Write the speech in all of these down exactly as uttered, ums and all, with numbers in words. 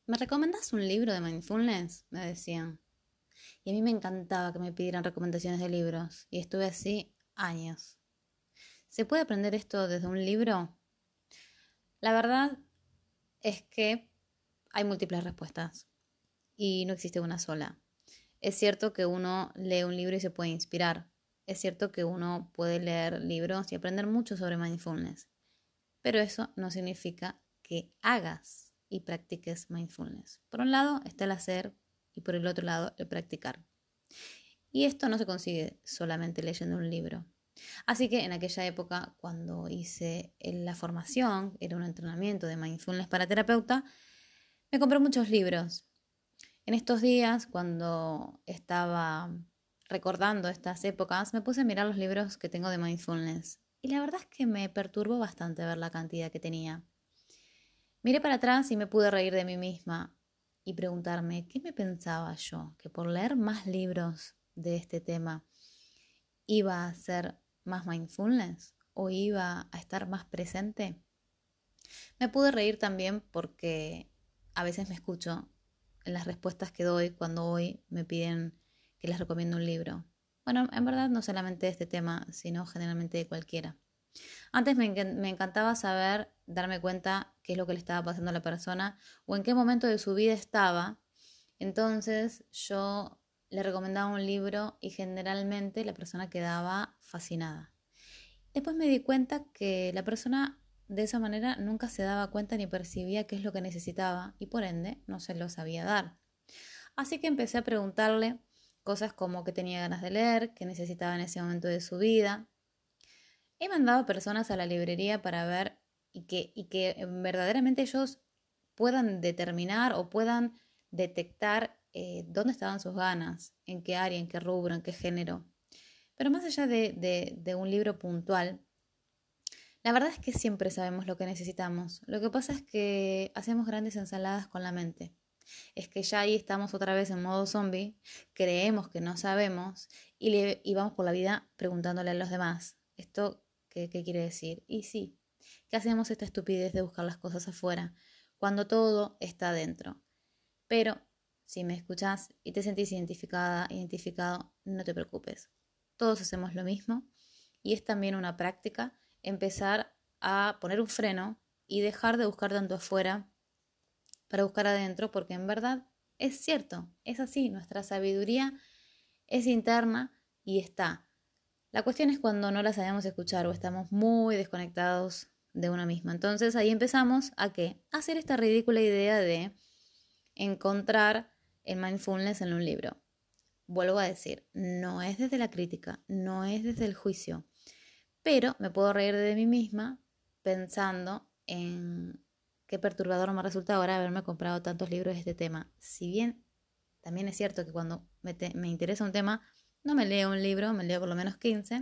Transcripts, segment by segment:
¿Me recomendás un libro de mindfulness? Me decían. Y a mí me encantaba que me pidieran recomendaciones de libros. Y estuve así años. ¿Se puede aprender esto desde un libro? La verdad es que hay múltiples respuestas. Y no existe una sola. Es cierto que uno lee un libro y se puede inspirar. Es cierto que uno puede leer libros y aprender mucho sobre mindfulness. Pero eso no significa que hagas y practiques mindfulness. Por un lado está el hacer y por el otro lado el practicar. Y esto no se consigue solamente leyendo un libro. Así que en aquella época, cuando hice la formación, era un entrenamiento de mindfulness para terapeuta, me compré muchos libros. En estos días, cuando estaba recordando estas épocas, me puse a mirar los libros que tengo de mindfulness. Y la verdad es que me perturbó bastante ver la cantidad que tenía. Miré para atrás y me pude reír de mí misma y preguntarme qué me pensaba yo, que por leer más libros de este tema iba a ser más mindfulness o iba a estar más presente. Me pude reír también porque a veces me escucho en las respuestas que doy cuando hoy me piden que les recomiendo un libro. Bueno, en verdad no solamente de este tema, sino generalmente de cualquiera. Antes me, me encantaba saber, darme cuenta qué es lo que le estaba pasando a la persona o en qué momento de su vida estaba. Entonces yo le recomendaba un libro y generalmente la persona quedaba fascinada. Después me di cuenta que la persona de esa manera nunca se daba cuenta ni percibía qué es lo que necesitaba y por ende no se lo sabía dar. Así que empecé a preguntarle cosas como qué tenía ganas de leer, qué necesitaba en ese momento de su vida. He mandado personas a la librería para ver y que, y que verdaderamente ellos puedan determinar o puedan detectar eh, dónde estaban sus ganas, en qué área, en qué rubro, en qué género. Pero más allá de, de, de un libro puntual, la verdad es que siempre sabemos lo que necesitamos. Lo que pasa es que hacemos grandes ensaladas con la mente. Es que ya ahí estamos otra vez en modo zombie, creemos que no sabemos y, le, y vamos por la vida preguntándole a los demás. ¿Esto qué, qué quiere decir? Y sí, que hacemos esta estupidez de buscar las cosas afuera, cuando todo está dentro. Pero si me escuchás y te sentís identificada, identificado, no te preocupes. Todos hacemos lo mismo y es también una práctica empezar a poner un freno y dejar de buscar tanto afuera para buscar adentro, porque en verdad es cierto, es así, nuestra sabiduría es interna y está. La cuestión es cuando no la sabemos escuchar o estamos muy desconectados de una misma. Entonces ahí empezamos a ¿qué? A hacer esta ridícula idea de encontrar el mindfulness en un libro. Vuelvo a decir, no es desde la crítica, no es desde el juicio, pero me puedo reír de mí misma pensando en qué perturbador me resulta ahora haberme comprado tantos libros de este tema. Si bien también es cierto que cuando me, te, me interesa un tema, no me leo un libro, me leo por lo menos quince.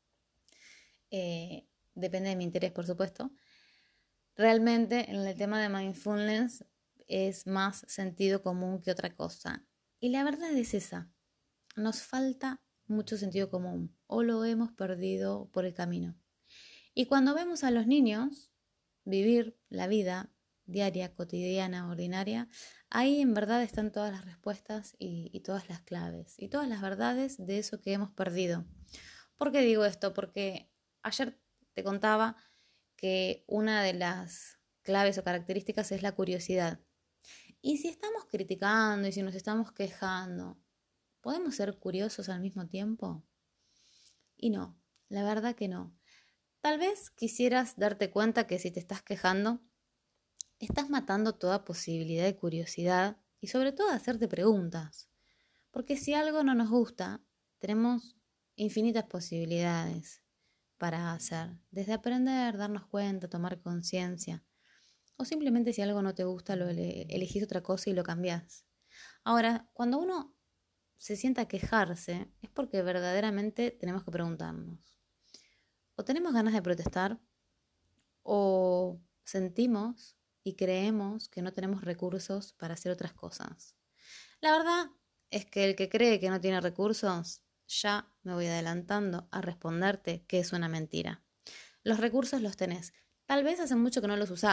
Eh, depende de mi interés, por supuesto. Realmente en el tema de mindfulness es más sentido común que otra cosa. Y la verdad es esa. Nos falta mucho sentido común o lo hemos perdido por el camino. Y cuando vemos a los niños vivir la vida diaria, cotidiana, ordinaria, ahí en verdad están todas las respuestas y, y todas las claves y todas las verdades de eso que hemos perdido. ¿Por qué digo esto? Porque ayer te contaba que una de las claves o características es la curiosidad. Y si estamos criticando y si nos estamos quejando, ¿podemos ser curiosos al mismo tiempo? Y no, la verdad que no. Tal vez quisieras darte cuenta que si te estás quejando, estás matando toda posibilidad de curiosidad y sobre todo de hacerte preguntas. Porque si algo no nos gusta, tenemos infinitas posibilidades para hacer. Desde aprender, darnos cuenta, tomar conciencia. O simplemente si algo no te gusta, lo ele- elegís otra cosa y lo cambiás. Ahora, cuando uno se sienta a quejarse, es porque verdaderamente tenemos que preguntarnos. O tenemos ganas de protestar, o sentimos y creemos que no tenemos recursos para hacer otras cosas. La verdad es que el que cree que no tiene recursos, ya me voy adelantando a responderte que es una mentira. Los recursos los tenés. Tal vez hace mucho que no los usás,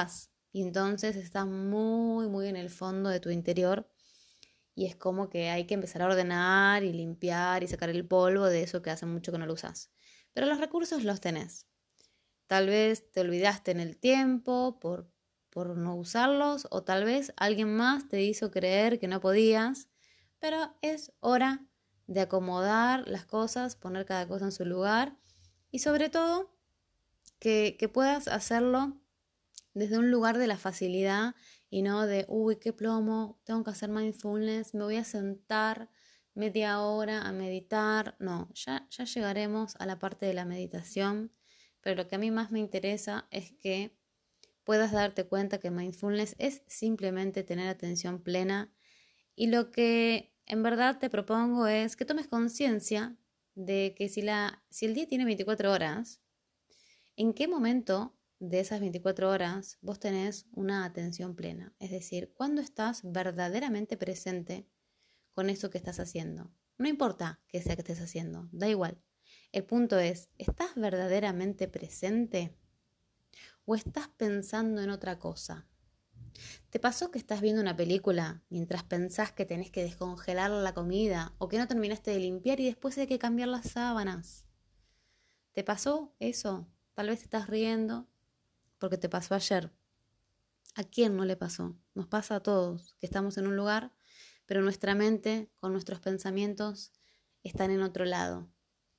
y entonces estás muy, muy en el fondo de tu interior y es como que hay que empezar a ordenar y limpiar y sacar el polvo de eso que hace mucho que no lo usas. Pero los recursos los tenés. Tal vez te olvidaste en el tiempo por, por no usarlos o tal vez alguien más te hizo creer que no podías, pero es hora de acomodar las cosas, poner cada cosa en su lugar y sobre todo que, que puedas hacerlo desde un lugar de la facilidad y no de, uy, qué plomo, tengo que hacer mindfulness, me voy a sentar media hora a meditar. No, ya, ya llegaremos a la parte de la meditación, pero lo que a mí más me interesa es que puedas darte cuenta que mindfulness es simplemente tener atención plena y lo que en verdad te propongo es que tomes conciencia de que si, la, si el día tiene veinticuatro horas, ¿en qué momento de esas veinticuatro horas vos tenés una atención plena? Es decir, ¿cuándo estás verdaderamente presente con eso que estás haciendo? No importa qué sea que estés haciendo, da igual. El punto es, ¿estás verdaderamente presente o estás pensando en otra cosa? ¿Te pasó que estás viendo una película mientras pensás que tenés que descongelar la comida o que no terminaste de limpiar y después hay que cambiar las sábanas? ¿Te pasó eso? Tal vez te estás riendo porque te pasó ayer. ¿A quién no le pasó? Nos pasa a todos, que estamos en un lugar, pero nuestra mente con nuestros pensamientos están en otro lado.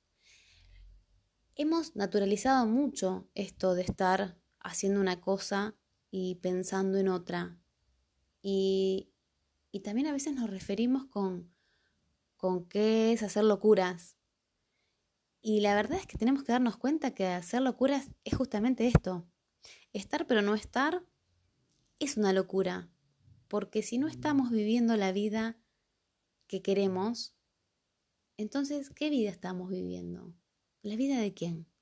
Hemos naturalizado mucho esto de estar haciendo una cosa y pensando en otra. Y, y también a veces nos referimos con, con qué es hacer locuras. Y la verdad es que tenemos que darnos cuenta que hacer locuras es justamente esto. Estar pero no estar es una locura, porque si no estamos viviendo la vida que queremos, entonces, ¿qué vida estamos viviendo? ¿La vida de quién?